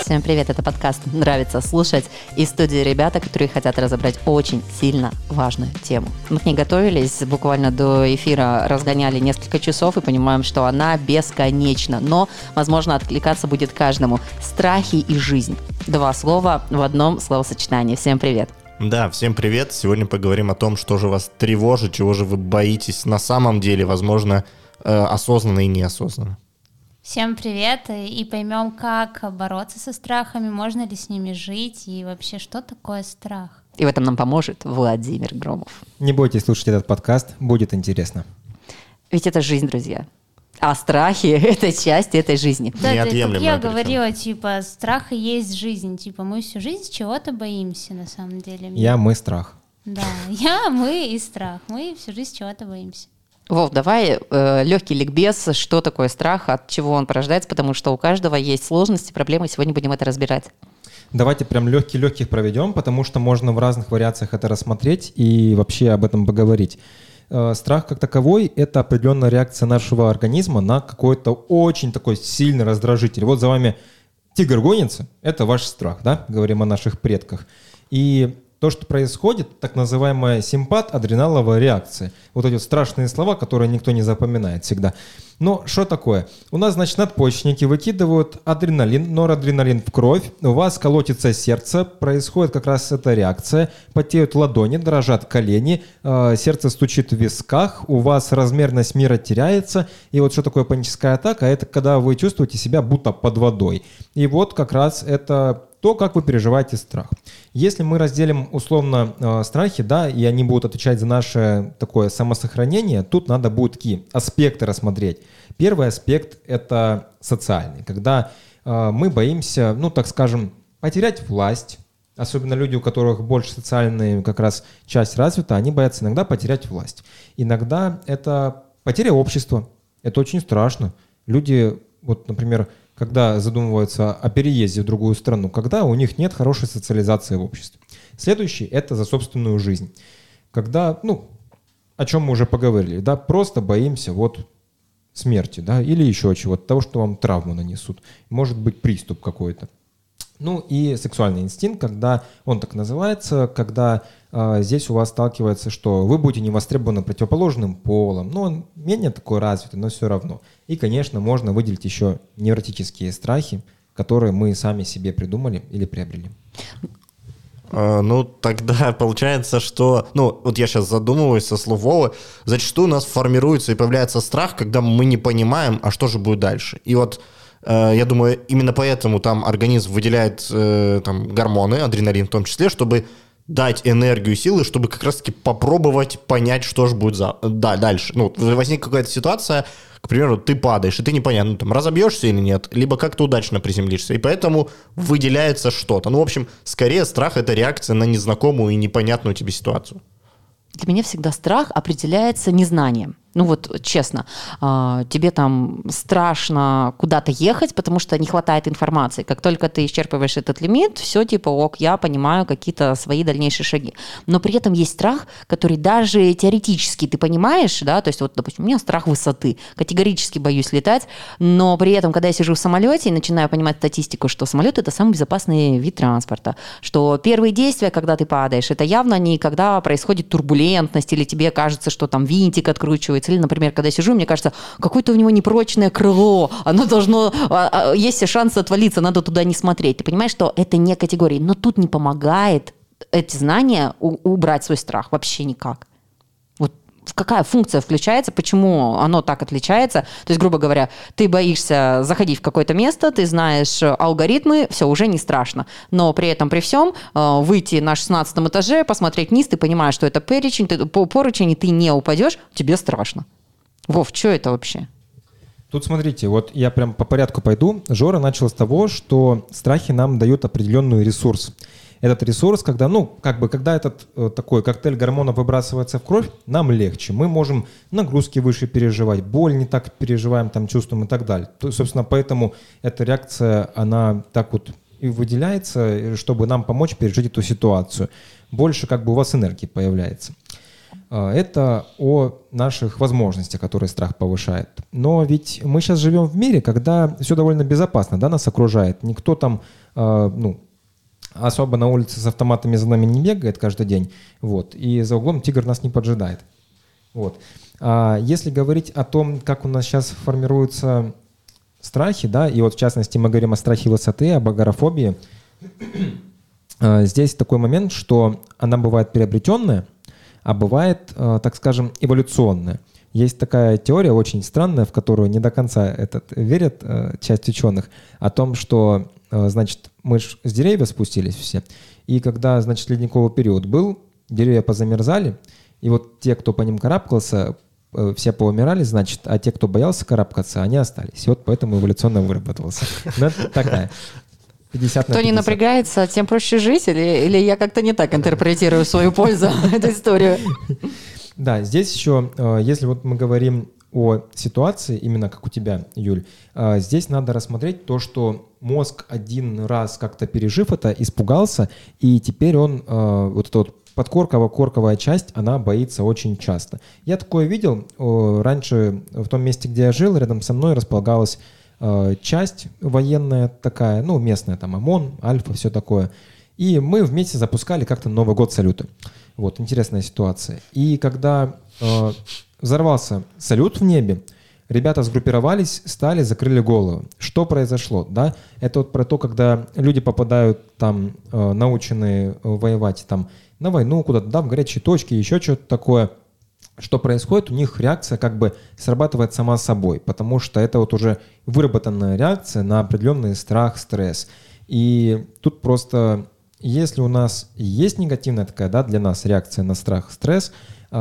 Всем привет, это подкаст «Нравится слушать». И в студии ребята, которые хотят разобрать очень сильно важную тему. Мы к ней готовились, буквально до эфира разгоняли несколько часов и понимаем, что она бесконечна. Но, возможно, откликаться будет каждому. Страхи и жизнь. Два слова в одном словосочетании. Всем привет. Да, всем привет. Сегодня поговорим о том, что же вас тревожит, чего же вы боитесь на самом деле, возможно, осознанно и неосознанно. Всем привет, и поймем, как бороться со страхами, можно ли с ними жить, и вообще, что такое страх. И в этом нам поможет Владимир Громов. Не бойтесь слушать этот подкаст, будет интересно. Ведь это жизнь, друзья. А страхи — это часть этой жизни. Да, как я говорила, страх и есть жизнь. Мы всю жизнь чего-то боимся, на самом деле. Мы, страх. Да, мы и страх. Мы всю жизнь чего-то боимся. Вов, давай легкий ликбез, что такое страх, от чего он порождается, потому что у каждого есть сложности, проблемы, сегодня будем это разбирать. Давайте прям легких проведем, потому что можно в разных вариациях это рассмотреть и вообще об этом поговорить. Страх как таковой – это определенная реакция нашего организма на какой-то очень такой сильный раздражитель. Вот за вами тигр гонится – это ваш страх, да? Говорим о наших предках. И то, что происходит, так называемая симпат-адреналовая реакция. Вот эти вот страшные слова, которые никто не запоминает всегда. Но что такое? У нас, значит, надпочечники выкидывают адреналин, норадреналин в кровь, у вас колотится сердце, происходит как раз эта реакция, потеют ладони, дрожат колени, сердце стучит в висках, у вас размерность мира теряется. И вот что такое паническая атака? Это когда вы чувствуете себя будто под водой. И вот как раз это то, как вы переживаете страх. Если мы разделим условно страхи, да, и они будут отвечать за наше такое самосохранение, тут надо будет такие аспекты рассмотреть. Первый аспект – это социальный, когда мы боимся, так скажем, потерять власть. Особенно люди, у которых больше социальная как раз часть развита, они боятся иногда потерять власть. Иногда это потеря общества. Это очень страшно. Люди, вот, например, когда задумываются о переезде в другую страну, когда у них нет хорошей социализации в обществе. Следующий – это за собственную жизнь. Когда, о чем мы уже поговорили, да, просто боимся смерти, да, или еще чего-то, того, что вам травму нанесут. Может быть, приступ какой-то. И сексуальный инстинкт, когда он так называется, когда здесь у вас сталкивается, что вы будете не востребованы противоположным полом. Он менее такой развитый, но все равно. И, конечно, можно выделить еще невротические страхи, которые мы сами себе придумали или приобрели. Тогда получается, что... вот я сейчас задумываюсь со слов Вовы. Зачастую у нас формируется и появляется страх, когда мы не понимаем, а что же будет дальше. И я думаю, именно поэтому там организм выделяет гормоны, адреналин в том числе, чтобы дать энергию и силы, чтобы как раз-таки попробовать понять, что же будет дальше. Возникла какая-то ситуация, к примеру, ты падаешь, и ты непонятно, разобьешься или нет, либо как-то удачно приземлишься, и поэтому выделяется что-то. В общем, скорее страх – это реакция на незнакомую и непонятную тебе ситуацию. Для меня всегда страх определяется незнанием. Честно, тебе там страшно куда-то ехать, потому что не хватает информации. Как только ты исчерпываешь этот лимит, все я понимаю какие-то свои дальнейшие шаги. Но при этом есть страх, который даже теоретически ты понимаешь, да, то есть допустим, у меня страх высоты, категорически боюсь летать, но при этом, когда я сижу в самолете и начинаю понимать статистику, что самолет – это самый безопасный вид транспорта, что первые действия, когда ты падаешь, это явно не когда происходит турбулентность или тебе кажется, что там винтик откручивается. Или, например, когда я сижу, мне кажется, какое-то у него непрочное крыло, оно должно, есть все шансы отвалиться, надо туда не смотреть. Ты понимаешь, что это не категория, но тут не помогает эти знания убрать свой страх вообще никак. Какая функция включается, почему оно так отличается. То есть, грубо говоря, ты боишься заходить в какое-то место, ты знаешь алгоритмы, все, уже не страшно. Но при этом, при всем, выйти на 16 этаже, посмотреть вниз, ты понимаешь, что это поручень, и ты не упадешь, тебе страшно. Вов, что это вообще? Тут смотрите, я прям по порядку пойду. Жора начал с того, что страхи нам дают определенный ресурс. Этот ресурс, когда, когда этот такой коктейль гормонов выбрасывается в кровь, нам легче. Мы можем нагрузки выше переживать, боль не так переживаем, чувствуем и так далее. То, собственно, поэтому эта реакция, она так и выделяется, чтобы нам помочь пережить эту ситуацию. Больше у вас энергии появляется. Это о наших возможностях, которые страх повышает. Но ведь мы сейчас живем в мире, когда все довольно безопасно, да, нас окружает. Никто там, особо на улице с автоматами за нами не бегает каждый день, вот, и за углом тигр нас не поджидает. Вот. А если говорить о том, как у нас сейчас формируются страхи, да, и вот в частности мы говорим о страхе высоты, об агорафобии, здесь такой момент, что она бывает приобретенная, а бывает, так скажем, эволюционная. Есть такая теория очень странная, в которую не до конца верят часть ученых, о том, что, значит, мы ж с деревьев спустились все, и когда, значит, ледниковый период был, деревья позамерзали, и вот те, кто по ним карабкался, все поумирали, значит, а те, кто боялся карабкаться, они остались. И вот поэтому эволюционно выработался. Ну, это такая. 50 на 50. Кто не напрягается, тем проще жить? Или я как-то не так интерпретирую в свою пользу эту историю? Да, здесь еще, если вот мы говорим о ситуации, именно как у тебя, Юль, здесь надо рассмотреть то, что мозг один раз как-то пережив это, испугался, и теперь он, вот эта вот подкорковая часть, она боится очень часто. Я такое видел. Раньше в том месте, где я жил, рядом со мной располагалась часть военная такая, ну, местная, там, ОМОН, Альфа, все такое. И мы вместе запускали как-то Новый год салюты. Вот, интересная ситуация. И когда взорвался салют в небе, ребята сгруппировались, стали, закрыли голову. Что произошло? Да? Это вот про то, когда люди попадают там, наученные воевать там, на войну куда-то, да, в горячие точки, еще что-то такое. Что происходит? У них реакция как бы срабатывает сама собой, потому что это вот уже выработанная реакция на определенный страх, стресс. И тут просто, если у нас есть негативная такая, да, для нас реакция на страх, стресс,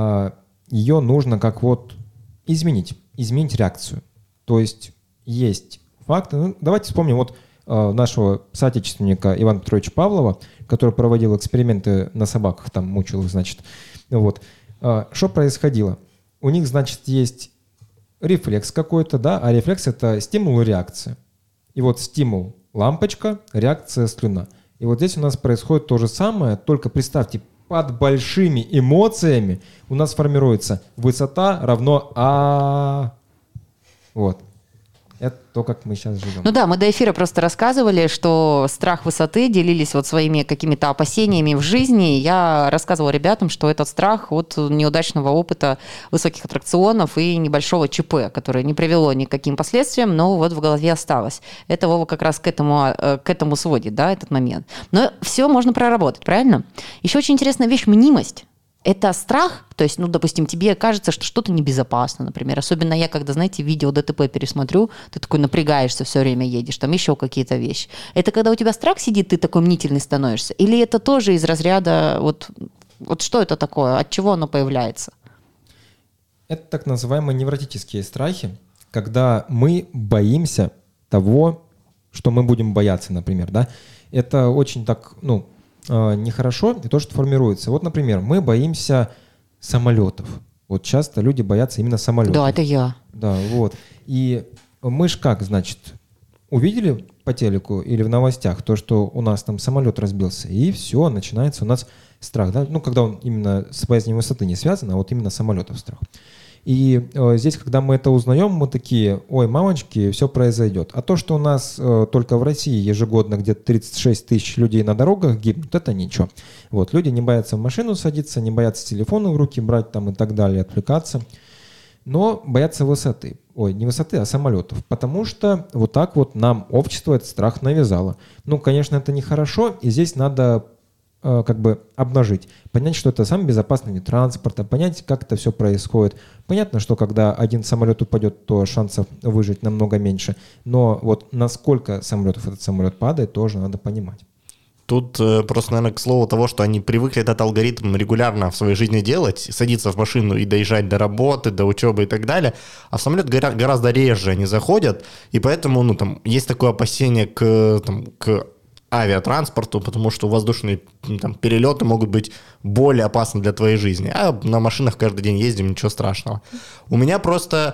ее нужно как вот изменить реакцию. То есть факты. Ну, давайте вспомним вот нашего соотечественника Ивана Петровича Павлова, который проводил эксперименты на собаках, там мучил их, значит. Вот. Что происходило? У них, значит, есть рефлекс какой-то, да, а рефлекс — это стимул и реакция. И вот стимул — лампочка, реакция — слюна. И вот здесь у нас происходит то же самое, только представьте, под большими эмоциями у нас формируется высота равно А. Вот. Это то, как мы сейчас живем. Ну да, мы до эфира просто рассказывали, что страх высоты, делились вот своими какими-то опасениями в жизни. Я рассказывала ребятам, что этот страх от неудачного опыта высоких аттракционов и небольшого ЧП, которое не привело ни к каким последствиям, но вот в голове осталось. Это, Вова, как раз к этому сводит, да, этот момент. Но все можно проработать, правильно? Еще очень интересная вещь — мнимость. Это страх, то есть, ну, допустим, тебе кажется, что что-то небезопасно, например. Особенно я, когда, знаете, видео ДТП пересмотрю, ты такой напрягаешься, все время едешь, там еще какие-то вещи. Это когда у тебя страх сидит, ты такой мнительный становишься? Или это тоже из разряда, вот что это такое, от чего оно появляется? Это так называемые невротические страхи, когда мы боимся того, что мы будем бояться, например, да. Это очень так, ну, нехорошо, и то, что формируется. Вот, например, мы боимся самолетов. Вот часто люди боятся именно самолетов. Да, это я. Да, вот. И мы ж как, значит, увидели по телеку или в новостях то, что у нас там самолет разбился, и все, начинается у нас страх. Да? Ну, когда он именно с боязнью высоты не связан, а вот именно самолетов страх. И здесь, когда мы это узнаем, мы такие: ой, мамочки, все произойдет. А то, что у нас только в России ежегодно где-то 36 тысяч людей на дорогах гибнут, это ничего. Вот, люди не боятся в машину садиться, не боятся телефоны в руки брать там и так далее, отвлекаться. Но боятся высоты. Ой, не высоты, а самолетов. Потому что вот так вот нам общество этот страх навязало. Ну, конечно, это нехорошо, и здесь надо как бы обнажить, понять, что это самый безопасный вид транспорта, понять, как это все происходит. Понятно, что когда один самолет упадет, то шансов выжить намного меньше, но вот насколько самолетов этот самолет падает, тоже надо понимать. Тут просто, наверное, к слову того, что они привыкли этот алгоритм регулярно в своей жизни делать, садиться в машину и доезжать до работы, до учебы и так далее, а в самолет гораздо реже они заходят, и поэтому, ну, там, есть такое опасение к авиатранспорту, потому что воздушные там перелеты могут быть более опасны для твоей жизни. А на машинах каждый день ездим, ничего страшного. У меня просто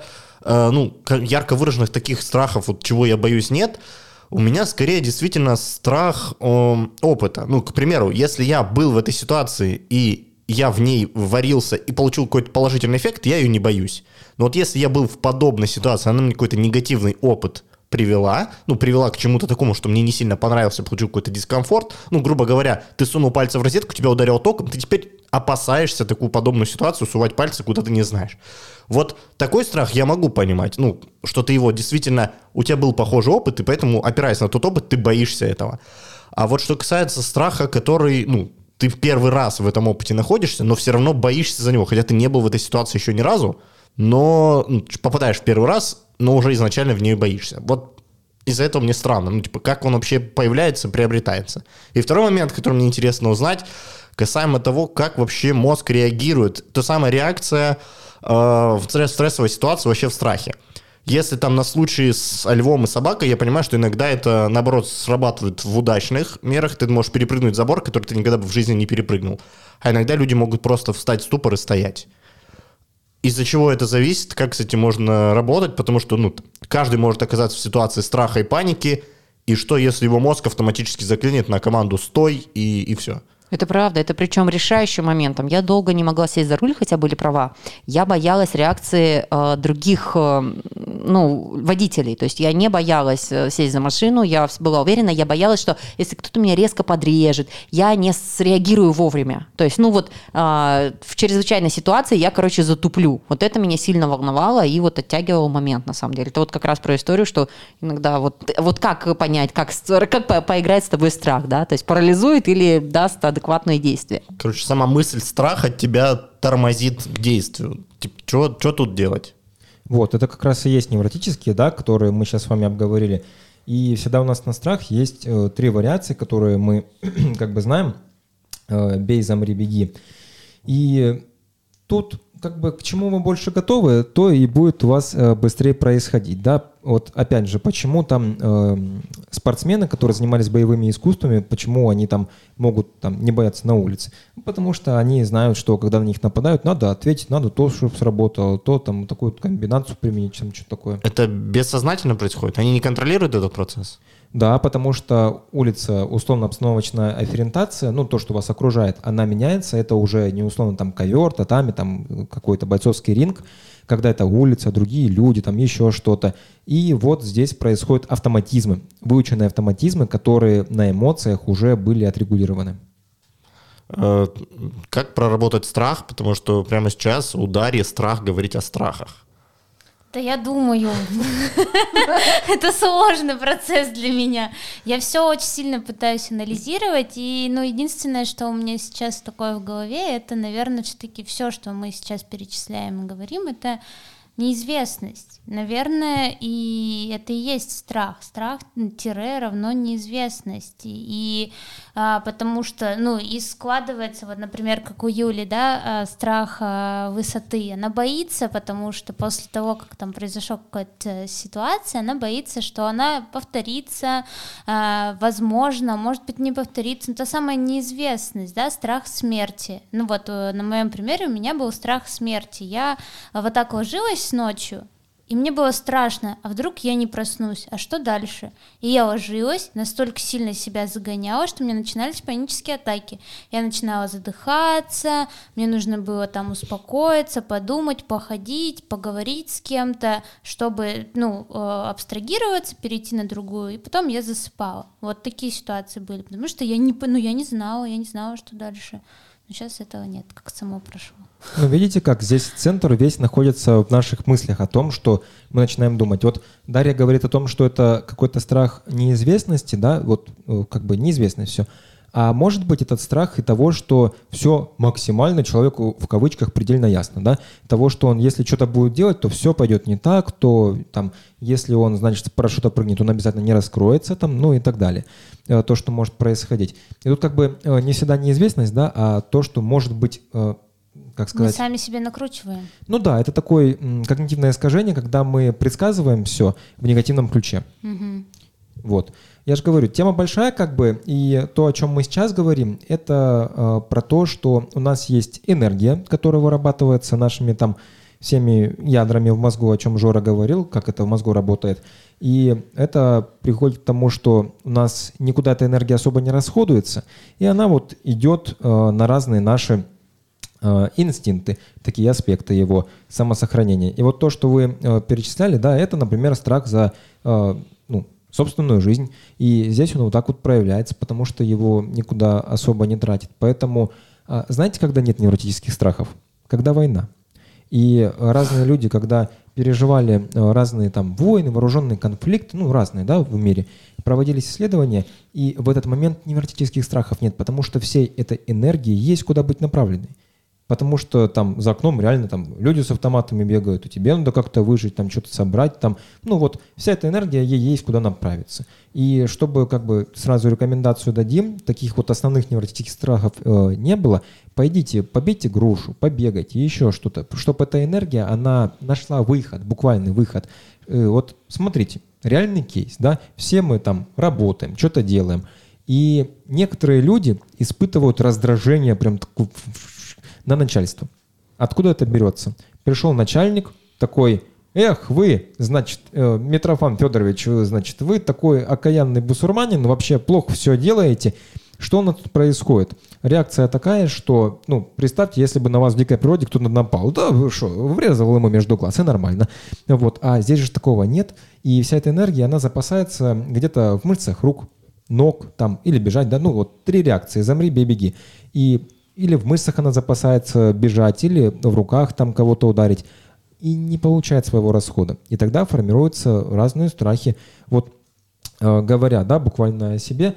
ярко выраженных таких страхов, вот чего я боюсь, нет. У меня скорее действительно страх опыта. Ну, к примеру, если я был в этой ситуации и я в ней варился и получил какой-то положительный эффект, я ее не боюсь. Но вот если я был в подобной ситуации, она мне какой-то негативный опыт привела к чему-то такому, что мне не сильно понравился, получил какой-то дискомфорт. Грубо говоря, ты сунул пальцы в розетку, тебя ударило током, ты теперь опасаешься такую подобную ситуацию сувать пальцы, куда ты не знаешь. Вот такой страх я могу понимать, что ты его действительно, у тебя был похожий опыт, и поэтому, опираясь на тот опыт, ты боишься этого. А вот что касается страха, который, ты в первый раз в этом опыте находишься, но все равно боишься за него, хотя ты не был в этой ситуации еще ни разу, но попадаешь в первый раз, но уже изначально в нее боишься. Вот из-за этого мне странно, как он вообще появляется, приобретается. И второй момент, который мне интересно узнать, касаемо того, как вообще мозг реагирует. Та самая реакция в стрессовой ситуации, вообще в страхе. Если там на случае с львом и собакой, я понимаю, что иногда это, наоборот, срабатывает в удачных мерах. Ты можешь перепрыгнуть забор, который ты никогда бы в жизни не перепрыгнул. А иногда люди могут просто встать в ступор и стоять. Из-за чего это зависит, как с этим можно работать, потому что каждый может оказаться в ситуации страха и паники, и что, если его мозг автоматически заклинит на команду «стой» и все. Это правда, это причем решающим моментом. Я долго не могла сесть за руль, хотя были права. Я боялась реакции других водителей. То есть я не боялась сесть за машину, я была уверена, я боялась, что если кто-то меня резко подрежет, я не среагирую вовремя. То есть, в чрезвычайной ситуации я, затуплю. Вот это меня сильно волновало и оттягивало момент, на самом деле. Это вот как раз про историю, что иногда вот как понять, как поиграть с тобой страх, да? То есть парализует или даст адекватные действия. Сама мысль страха тебя тормозит к действию. Что тут делать? Вот, это как раз и есть невротические, да, которые мы сейчас с вами обговорили. И всегда у нас на страх есть 3 вариации, которые мы знаем. Бей, замри, беги. И тут к чему вы больше готовы, то и будет у вас быстрее происходить. Да? Вот опять же, почему там спортсмены, которые занимались боевыми искусствами, почему они там могут не бояться на улице? Потому что они знают, что когда на них нападают, надо ответить, надо то, чтобы сработало, то такую комбинацию применить, что-то такое. Это бессознательно происходит? Они не контролируют этот процесс? Да, потому что улица, условно-обстановочная ориентация, то, что вас окружает, она меняется, это уже не условно ковер, татами, какой-то бойцовский ринг, когда это улица, другие люди, еще что-то. И вот здесь происходят автоматизмы, выученные автоматизмы, которые на эмоциях уже были отрегулированы. Как проработать страх? Потому что прямо сейчас у Дарьи страх говорить о страхах. Да я думаю, это сложный процесс для меня. Я все очень сильно пытаюсь анализировать, и единственное, что у меня сейчас такое в голове, это, наверное, все-таки все, что мы сейчас перечисляем и говорим, это неизвестность. Наверное, и это и есть страх. Страх тире равно неизвестности. И потому что, и складывается, например, как у Юли, да, страх высоты. Она боится, потому что после того, как там произошла какая-то ситуация, она боится, что она повторится, возможно, может быть, не повторится. Но та самая неизвестность, да, страх смерти. На моем примере у меня был страх смерти. Я вот так ложилась ночью, и мне было страшно, а вдруг я не проснусь, а что дальше? И я ложилась, настолько сильно себя загоняла, что у меня начинались панические атаки. Я начинала задыхаться, мне нужно было успокоиться, подумать, походить, поговорить с кем-то, чтобы, абстрагироваться, перейти на другую, и потом я засыпала. Вот такие ситуации были, потому что я не знала, что дальше. Но сейчас этого нет, как само прошло. Видите, как здесь центр весь находится в наших мыслях о том, что мы начинаем думать. Вот Дарья говорит о том, что это какой-то страх неизвестности, да, неизвестность все. А может быть этот страх и того, что все максимально человеку в кавычках предельно ясно, да, того, что он, если что-то будет делать, то все пойдет не так, то если он, значит, с парашюта прыгнет, он обязательно не раскроется, и так далее. То, что может происходить. И тут не всегда неизвестность, да, а то, что может быть, как сказать... Мы сами себе накручиваем. Да, это такое когнитивное искажение, когда мы предсказываем все в негативном ключе. Угу. Вот. Я же говорю, тема большая, и то, о чем мы сейчас говорим, это про то, что у нас есть энергия, которая вырабатывается нашими всеми ядрами в мозгу, о чем Жора говорил, как это в мозгу работает. И это приходит к тому, что у нас никуда эта энергия особо не расходуется, и она идет на разные наши инстинкты, такие аспекты его самосохранения. И вот то, что вы перечисляли, да, это, например, страх за собственную жизнь. И здесь он вот так вот проявляется, потому что его никуда особо не тратит. Поэтому, знаете, когда нет невротических страхов? Когда война. И разные люди, когда переживали разные там войны, вооруженные конфликты, разные, да, в мире, проводились исследования, и в этот момент невротических страхов нет, потому что всей этой энергии есть куда быть направленной. Потому что там за окном реально там люди с автоматами бегают, и тебе надо как-то выжить, там что-то собрать, там, вся эта энергия, ей есть куда направиться. И чтобы сразу рекомендацию дадим, таких вот основных невротических страхов не было, пойдите, побейте грушу, побегайте, еще что-то, чтобы эта энергия, она нашла выход, буквальный выход. Вот смотрите, реальный кейс, да, все мы там работаем, что-то делаем, и некоторые люди испытывают раздражение прям на начальство. Откуда это берется? Пришел начальник такой: эх, вы, значит, Митрофан Федорович, значит, вы такой окаянный бусурманин, вообще плохо все делаете. Что у нас тут происходит? Реакция такая, что, представьте, если бы на вас в дикой природе кто-то напал. Да, вы что, врезал ему между глаз, и нормально. Вот. А здесь же такого нет. И вся эта энергия, она запасается где-то в мышцах рук, ног, там, или бежать, да, 3 реакции: замри, бей, беги. Или в мышцах она запасается бежать, или в руках там кого-то ударить. И не получает своего расхода. И тогда формируются разные страхи. Вот говоря, да, буквально о себе,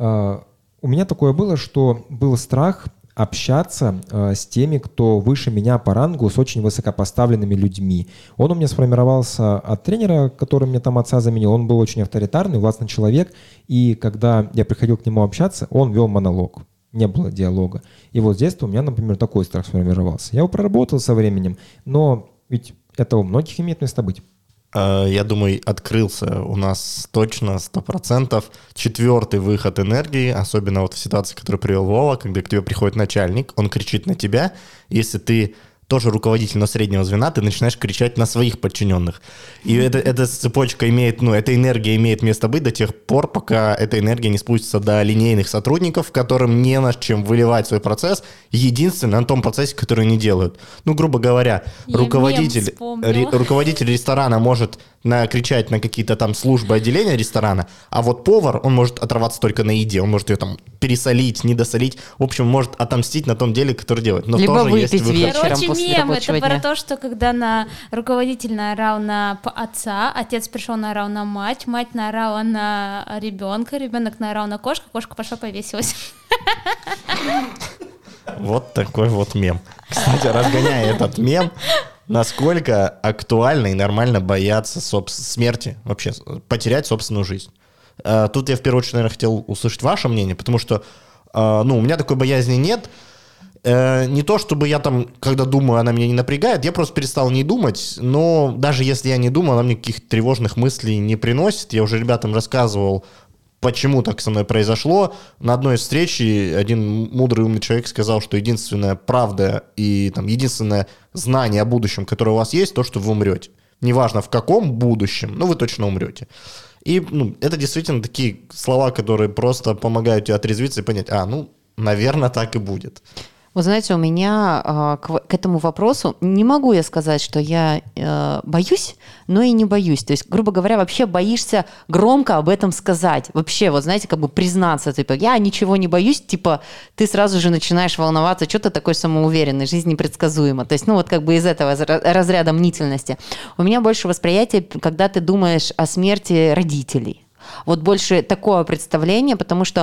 у меня такое было, что был страх общаться с теми, кто выше меня по рангу, с очень высокопоставленными людьми. Он у меня сформировался от тренера, который мне там отца заменил. Он был очень авторитарный, властный человек. И когда я приходил к нему общаться, он вел монолог. Не было диалога. И вот с детства у меня, например, такой страх сформировался. Я его проработал со временем, но ведь это у многих имеет место быть. Я думаю, открылся у нас точно 100% 4-й выход энергии, особенно вот в ситуации, которую привел Вова, когда к тебе приходит начальник, он кричит на тебя, если ты тоже руководитель, но среднего звена, ты начинаешь кричать на своих подчиненных. И эта цепочка имеет, эта энергия имеет место быть до тех пор, пока эта энергия не спустится до линейных сотрудников, которым не на чем выливать свой процесс, единственное на том процессе, который они делают. Грубо говоря, руководитель ресторана может кричать на какие-то там службы отделения ресторана, а вот повар, он может оторваться только на еде, он может ее там пересолить, недосолить, в общем, может отомстить на том деле, который делает. Но либо тоже выпить есть вечером после после мем, рабочего это дня. про то, что когда руководитель наорал на отца, отец пришел наорал на мать, мать наорала на ребенка, ребенок наорал на кошку, кошка пошла повесилась. Вот такой вот мем. Кстати, разгоняя этот мем, насколько актуально и нормально бояться смерти, вообще потерять собственную жизнь. Тут я в первую очередь, наверное, хотел услышать ваше мнение, потому что, у меня такой боязни нет. Не то, чтобы я там, когда думаю, она меня не напрягает, я просто перестал не думать, но даже если я не думаю, она мне каких-то тревожных мыслей не приносит. Я уже ребятам рассказывал, почему так со мной произошло. На одной из встреч один мудрый умный человек сказал, что единственная правда и единственное знание о будущем, которое у вас есть, то, что вы умрете. Неважно в каком будущем, но вы точно умрете. И это действительно такие слова, которые просто помогают тебе отрезвиться и понять, наверное, так и будет. Вы знаете, у меня к этому вопросу не могу я сказать, что я боюсь, но и не боюсь. То есть, грубо говоря, вообще боишься громко об этом сказать. Вообще, вот знаете, признаться, я ничего не боюсь, ты сразу же начинаешь волноваться, что ты такой самоуверенный, жизнь непредсказуема. То есть, из этого разряда мнительности. У меня больше восприятие, когда ты думаешь о смерти родителей. Вот больше такое представление, потому что,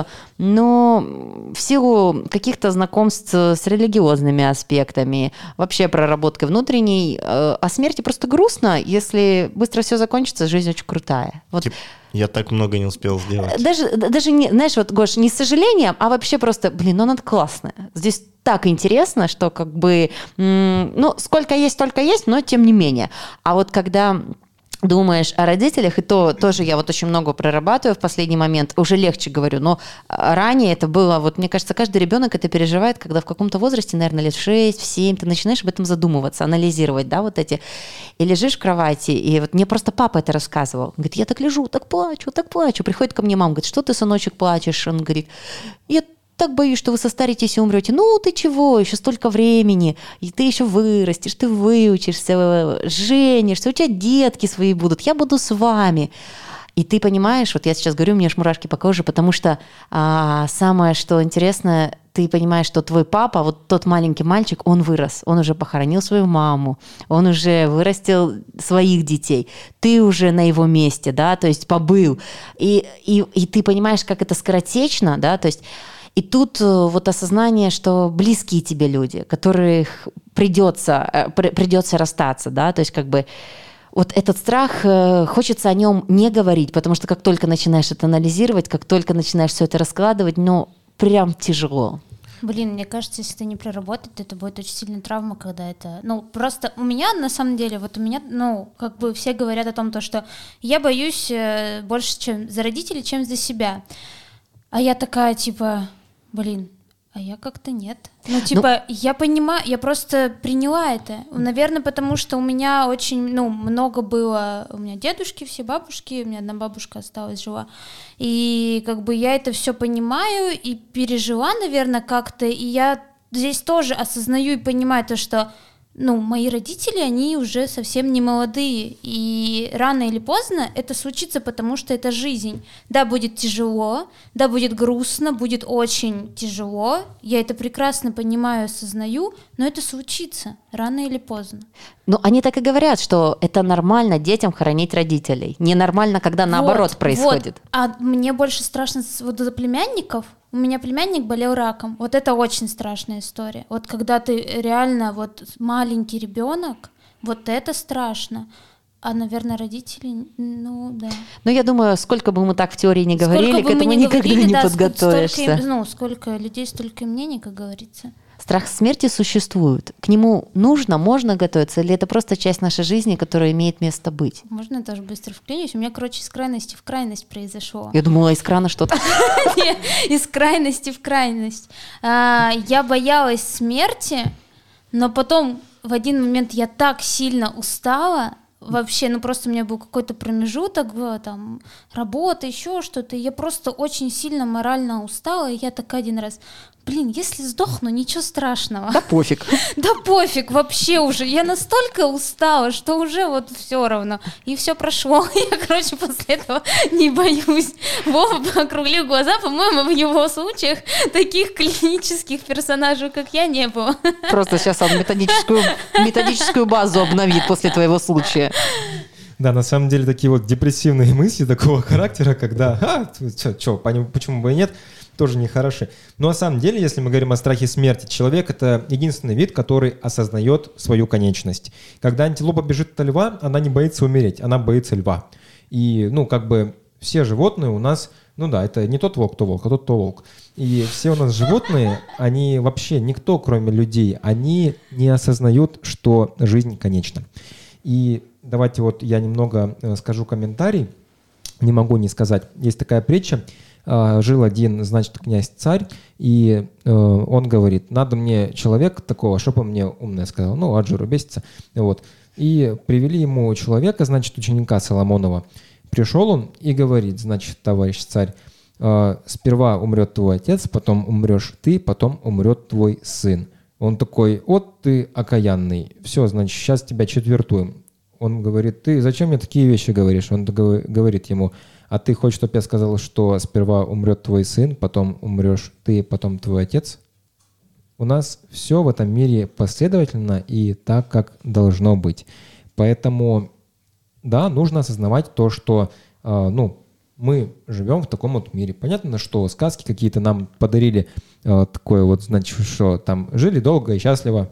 в силу каких-то знакомств с религиозными аспектами, вообще проработкой внутренней, о смерти просто грустно. Если быстро все закончится, жизнь очень крутая. Вот. Я так много не успел сделать. Даже не, знаешь, Гош, не с сожалением, а вообще просто, она классная. Здесь так интересно, что сколько есть, столько есть, но тем не менее. А вот когда думаешь о родителях, и то тоже я очень много прорабатываю в последний момент, уже легче говорю, но ранее это было, мне кажется, каждый ребенок это переживает, когда в каком-то возрасте, наверное, лет в 6, в 7, ты начинаешь об этом задумываться, анализировать, да, эти, и лежишь в кровати, и мне просто папа это рассказывал, говорит, я так лежу, так плачу, приходит ко мне мама, говорит, что ты, сыночек, плачешь, он говорит, я так боюсь, что вы состаритесь и умрете. Ну, ты чего, еще столько времени, и ты еще вырастешь, ты выучишься, женишься, у тебя детки свои будут, я буду с вами. И ты понимаешь, вот я сейчас говорю, у меня аж мурашки по коже, потому что самое, что интересно, ты понимаешь, что твой папа, вот тот маленький мальчик, он вырос, он уже похоронил свою маму, он уже вырастил своих детей, ты уже на его месте, да, то есть побыл. И ты понимаешь, как это скоротечно, да, то есть и тут вот осознание, что близкие тебе люди, которых придется расстаться, да, то есть как бы вот этот страх, хочется о нем не говорить, потому что как только начинаешь это анализировать, как только начинаешь все это раскладывать, ну, прям тяжело. Блин, мне кажется, если это не проработать, то это будет очень сильная травма, когда это... Ну, просто у меня, на самом деле, вот у меня, ну, как бы все говорят о том, что я боюсь больше чем за родителей, чем за себя. А я такая, типа, блин... А я как-то нет. Ну, типа, я понимаю, я просто приняла это. Наверное, потому что у меня очень, много было... У меня дедушки, все бабушки, у меня одна бабушка осталась жива. И как бы я это все понимаю и пережила, наверное, как-то. И я здесь тоже осознаю и понимаю то, что... мои родители, они уже совсем не молодые, и рано или поздно это случится, потому что это жизнь. Да, будет тяжело, да, будет грустно, будет очень тяжело, я это прекрасно понимаю, осознаю, но это случится рано или поздно. Ну, они так и говорят, что это нормально детям хоронить родителей. Ненормально, когда наоборот происходит. Вот. А мне больше страшно вот за племянников. У меня племянник болел раком. Вот это очень страшная история. Вот когда ты реально вот маленький ребенок, вот это страшно. А, наверное, родители, да. Ну, я думаю, сколько бы мы так в теории не говорили, к этому никогда не подготовишься. Сколько людей, столько и мнений, как говорится. Страх смерти существует. К нему можно готовиться, или это просто часть нашей жизни, которая имеет место быть? Можно я тоже быстро вклинюсь? У меня, из крайности в крайность произошло. Я думала, из крана что-то. Нет, из крайности в крайность. Я боялась смерти, но потом в один момент я так сильно устала, вообще, просто у меня был какой-то промежуток, там, работа, еще что-то, и я просто очень сильно морально устала, и я так один раз, если сдохну, ничего страшного. Да пофиг. Да пофиг, вообще уже, я настолько устала, что уже вот все равно, и все прошло, я, после этого не боюсь. Вова округлил глаза, по-моему, в его случаях таких клинических персонажей, как я, не было. Просто сейчас он методическую базу обновит после твоего случая. Да, на самом деле такие вот депрессивные мысли такого характера, когда, почему бы и нет, тоже нехороши. Но на самом деле, если мы говорим о страхе смерти, человек — это единственный вид, который осознает свою конечность. Когда антилопа бежит от льва, она не боится умереть, она боится льва. И, все животные у нас, это не тот волк, а тот волк. И все у нас животные, они вообще, никто, кроме людей, они не осознают, что жизнь конечна. И давайте вот я немного скажу комментарий, не могу не сказать. Есть такая притча. Жил один, князь-царь, и он говорит, надо мне человека такого, чтобы он мне умное сказал. От жиру бесится. Вот. И привели ему человека, ученика Соломонова. Пришел он и говорит, товарищ царь, сперва умрет твой отец, потом умрешь ты, потом умрет твой сын. Он такой, ты окаянный, все, сейчас тебя четвертуем. Он говорит, ты зачем мне такие вещи говоришь? Он говорит ему, а ты хочешь, чтобы я сказал, что сперва умрет твой сын, потом умрешь ты, потом твой отец? У нас все в этом мире последовательно и так, как должно быть. Поэтому, да, нужно осознавать то, что, мы живем в таком вот мире. Понятно, что сказки какие-то нам подарили такое что там жили долго и счастливо,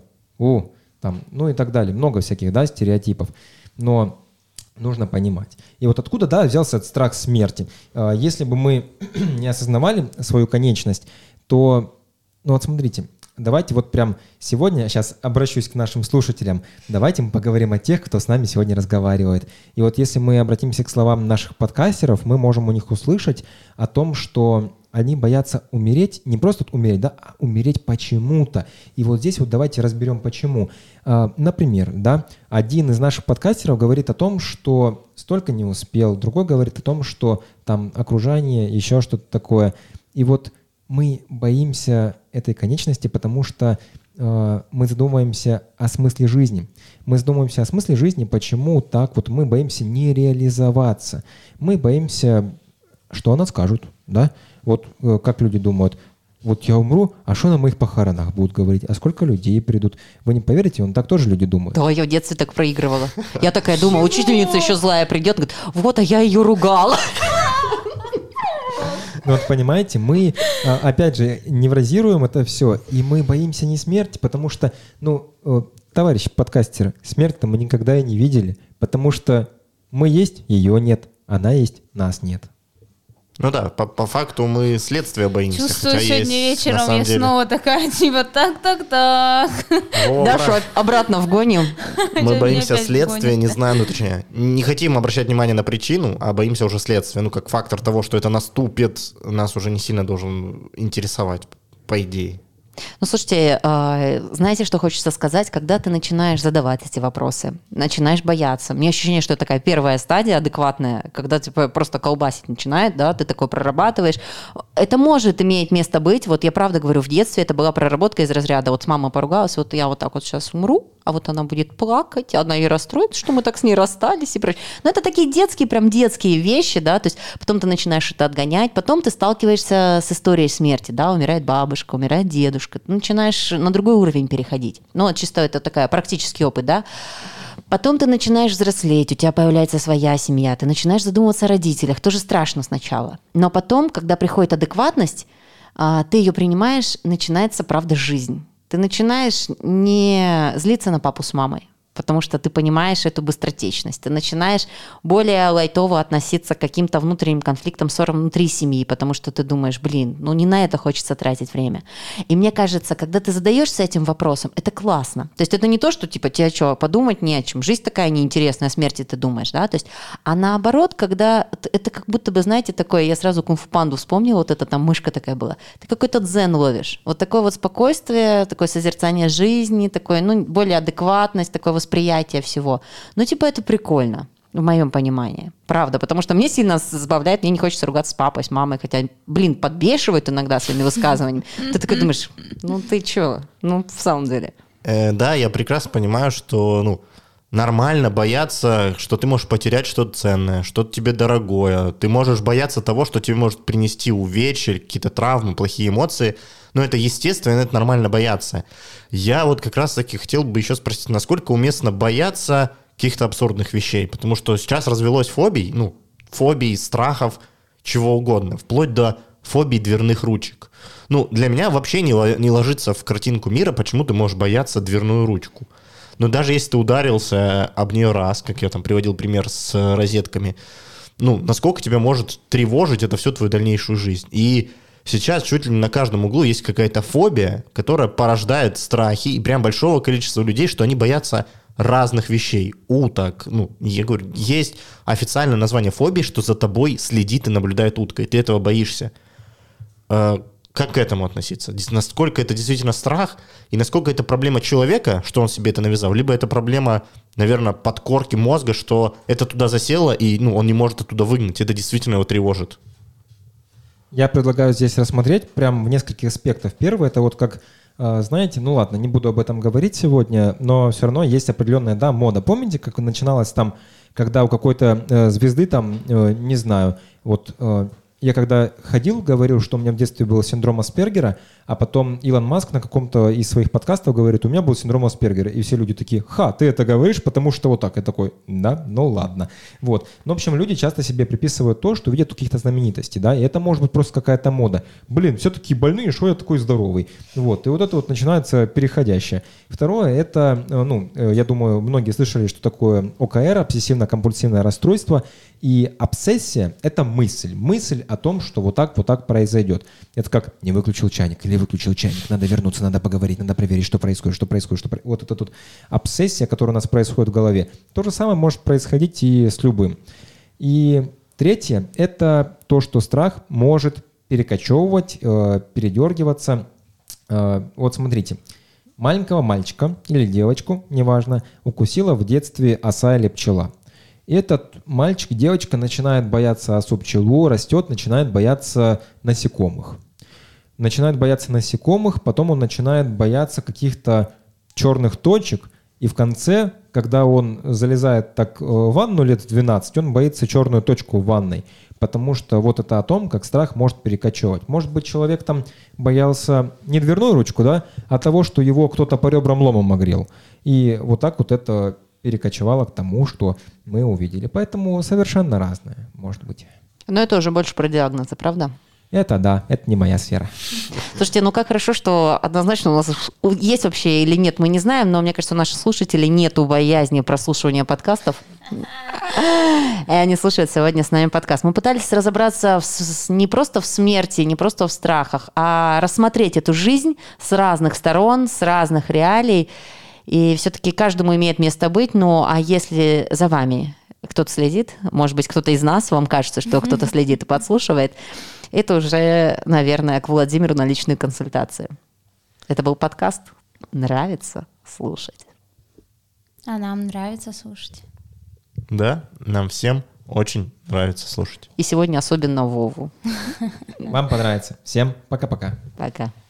и так далее. Много всяких, стереотипов. Но нужно понимать. И вот откуда, взялся этот страх смерти. Если бы мы не осознавали свою конечность, то, смотрите, давайте прям сегодня, сейчас обращусь к нашим слушателям, давайте мы поговорим о тех, кто с нами сегодня разговаривает. И если мы обратимся к словам наших подкастеров, мы можем у них услышать о том, что они боятся умереть, не просто умереть, а умереть почему-то. И здесь давайте разберем, почему. Например, один из наших подкастеров говорит о том, что столько не успел, другой говорит о том, что там окружение, еще что-то такое. И мы боимся этой конечности, потому что мы задумываемся о смысле жизни. Мы задумываемся о смысле жизни, почему так вот мы боимся не реализоваться. Мы боимся, что о нас скажут, да? Вот как люди думают, вот я умру, а что на моих похоронах будут говорить? А сколько людей придут? Вы не поверите, так тоже люди думают. Да, я в детстве так проигрывала. Я такая думала, учительница еще злая придет, говорит, вот, а я ее ругала. Ну вот понимаете, мы, опять же, неврозируем это все, и мы боимся не смерти, потому что, товарищи подкастеры, смерть-то мы никогда и не видели, потому что мы есть, ее нет, она есть, нас нет. Ну да, по факту мы следствия боимся. Чувствую, сегодня вечером я снова такая, типа, так. Да, что, обратно в гоню? Мы боимся следствия, не знаю, точнее, не хотим обращать внимание на причину, а боимся уже следствия. Как фактор того, что это наступит, нас уже не сильно должен интересовать, по идее. Слушайте, знаете, что хочется сказать? Когда ты начинаешь задавать эти вопросы, начинаешь бояться. У меня ощущение, что это такая первая стадия адекватная, когда тебя просто колбасить начинает, да, ты такой прорабатываешь. Это может иметь место быть. Вот я правда говорю, в детстве это была проработка из разряда. Вот с мамой поругалась, вот я вот так вот сейчас умру, а вот она будет плакать, она ей расстроится, что мы так с ней расстались и прочее. Но это такие детские, прям детские вещи, да, то есть потом ты начинаешь это отгонять, потом ты сталкиваешься с историей смерти, да, умирает бабушка, умирает дедушка, ты начинаешь на другой уровень переходить. Чисто это такая практический опыт, да. Потом ты начинаешь взрослеть, у тебя появляется своя семья, ты начинаешь задумываться о родителях, тоже страшно сначала. Но потом, когда приходит адекватность, ты ее принимаешь, начинается, правда, жизнь. Ты начинаешь не злиться на папу с мамой, потому что ты понимаешь эту быстротечность. Ты начинаешь более лайтово относиться к каким-то внутренним конфликтам, ссорам внутри семьи, потому что ты думаешь, не на это хочется тратить время. И мне кажется, когда ты задаешься этим вопросом, это классно. То есть это не то, что типа тебе что, подумать не о чем, жизнь такая неинтересная, о смерти ты думаешь, да, то есть, а наоборот, когда это как будто бы, знаете, такое, я сразу кунг-фу панду вспомнила, вот эта там мышка такая была, ты какой-то дзен ловишь, вот такое вот спокойствие, такое созерцание жизни, такое, более адекватность, такое восприятие всего. Это прикольно, в моем понимании. Правда, потому что мне сильно забавляет, мне не хочется ругаться с папой, с мамой, хотя, подбешивают иногда своими высказываниями. Ты такой думаешь, ты чё? В самом деле. Да, я прекрасно понимаю, что, нормально бояться, что ты можешь потерять что-то ценное, что-то тебе дорогое. Ты можешь бояться того, что тебе может принести увечья, какие-то травмы, плохие эмоции. Но это естественно, это нормально бояться. Я как раз-таки хотел бы еще спросить, насколько уместно бояться каких-то абсурдных вещей? Потому что сейчас развелось фобий, страхов, чего угодно, вплоть до фобий дверных ручек. Для меня вообще не ложится в картинку мира, почему ты можешь бояться дверную ручку. Но даже если ты ударился об нее раз, как я там приводил пример с розетками, насколько тебя может тревожить это всю твою дальнейшую жизнь? И сейчас чуть ли не на каждом углу есть какая-то фобия, которая порождает страхи и прям большого количества людей, что они боятся разных вещей. Уток. Я говорю, есть официальное название фобии, что за тобой следит и наблюдает утка, и ты этого боишься. Как к этому относиться? Насколько это действительно страх, и насколько это проблема человека, что он себе это навязал, либо это проблема, наверное, подкорки мозга, что это туда засело, и он не может оттуда выгнать, это действительно его тревожит. Я предлагаю здесь рассмотреть прям в нескольких аспектах. Первое, это как, знаете, ладно, не буду об этом говорить сегодня, но все равно есть определенная, мода. Помните, как начиналось там, когда у какой-то звезды не знаю, я когда ходил, говорил, что у меня в детстве был синдром Аспергера, а потом Илон Маск на каком-то из своих подкастов говорит, у меня был синдром Аспергера. И все люди такие, ты это говоришь, потому что вот так. Я такой, да, ладно. В общем, люди часто себе приписывают то, что видят у каких-то знаменитостей, да, и это может быть просто какая-то мода. Все такие больные, что я такой здоровый. И это начинается переходящее. Второе, это, я думаю, многие слышали, что такое ОКР, обсессивно-компульсивное расстройство. И обсессия – это мысль о том, что вот так произойдет. Это как не выключил чайник или выключил чайник, надо вернуться, надо поговорить, надо проверить, что происходит. Вот это обсессия, которая у нас происходит в голове. То же самое может происходить и с любым. И третье – это то, что страх может перекочевывать, передергиваться. Смотрите, маленького мальчика или девочку, неважно, укусила в детстве оса или пчела. И этот мальчик, девочка начинает бояться осу, пчелу, растет, начинает бояться насекомых. начинает бояться насекомых, потом он начинает бояться каких-то черных точек, и в конце, когда он залезает так в ванну лет в 12, он боится черную точку в ванной, потому что вот это о том, как страх может перекочевывать. Может быть, человек там боялся не дверную ручку, да, а того, что его кто-то по ребрам ломом огрел. И вот так вот это перекочевало к тому, что мы увидели. Поэтому совершенно разное, может быть. Но это уже больше про диагнозы, правда? Это да, это не моя сфера. Слушайте, ну как хорошо, что однозначно у нас есть вообще или нет, мы не знаем, но мне кажется, у наших слушателей нету боязни прослушивания подкастов. И они слушают сегодня с нами подкаст. Мы пытались разобраться не просто в смерти, не просто в страхах, а рассмотреть эту жизнь с разных сторон, с разных реалий. И все-таки каждому имеет место быть. Ну, а если за вами кто-то следит, может быть, кто-то из нас, вам кажется, что кто-то следит и подслушивает, это уже, наверное, к Владимиру на личную консультацию. Это был подкаст «Нравится слушать». А нам нравится слушать. Да, нам всем очень нравится слушать. И сегодня особенно Вову. Вам понравится. Всем пока-пока. Пока.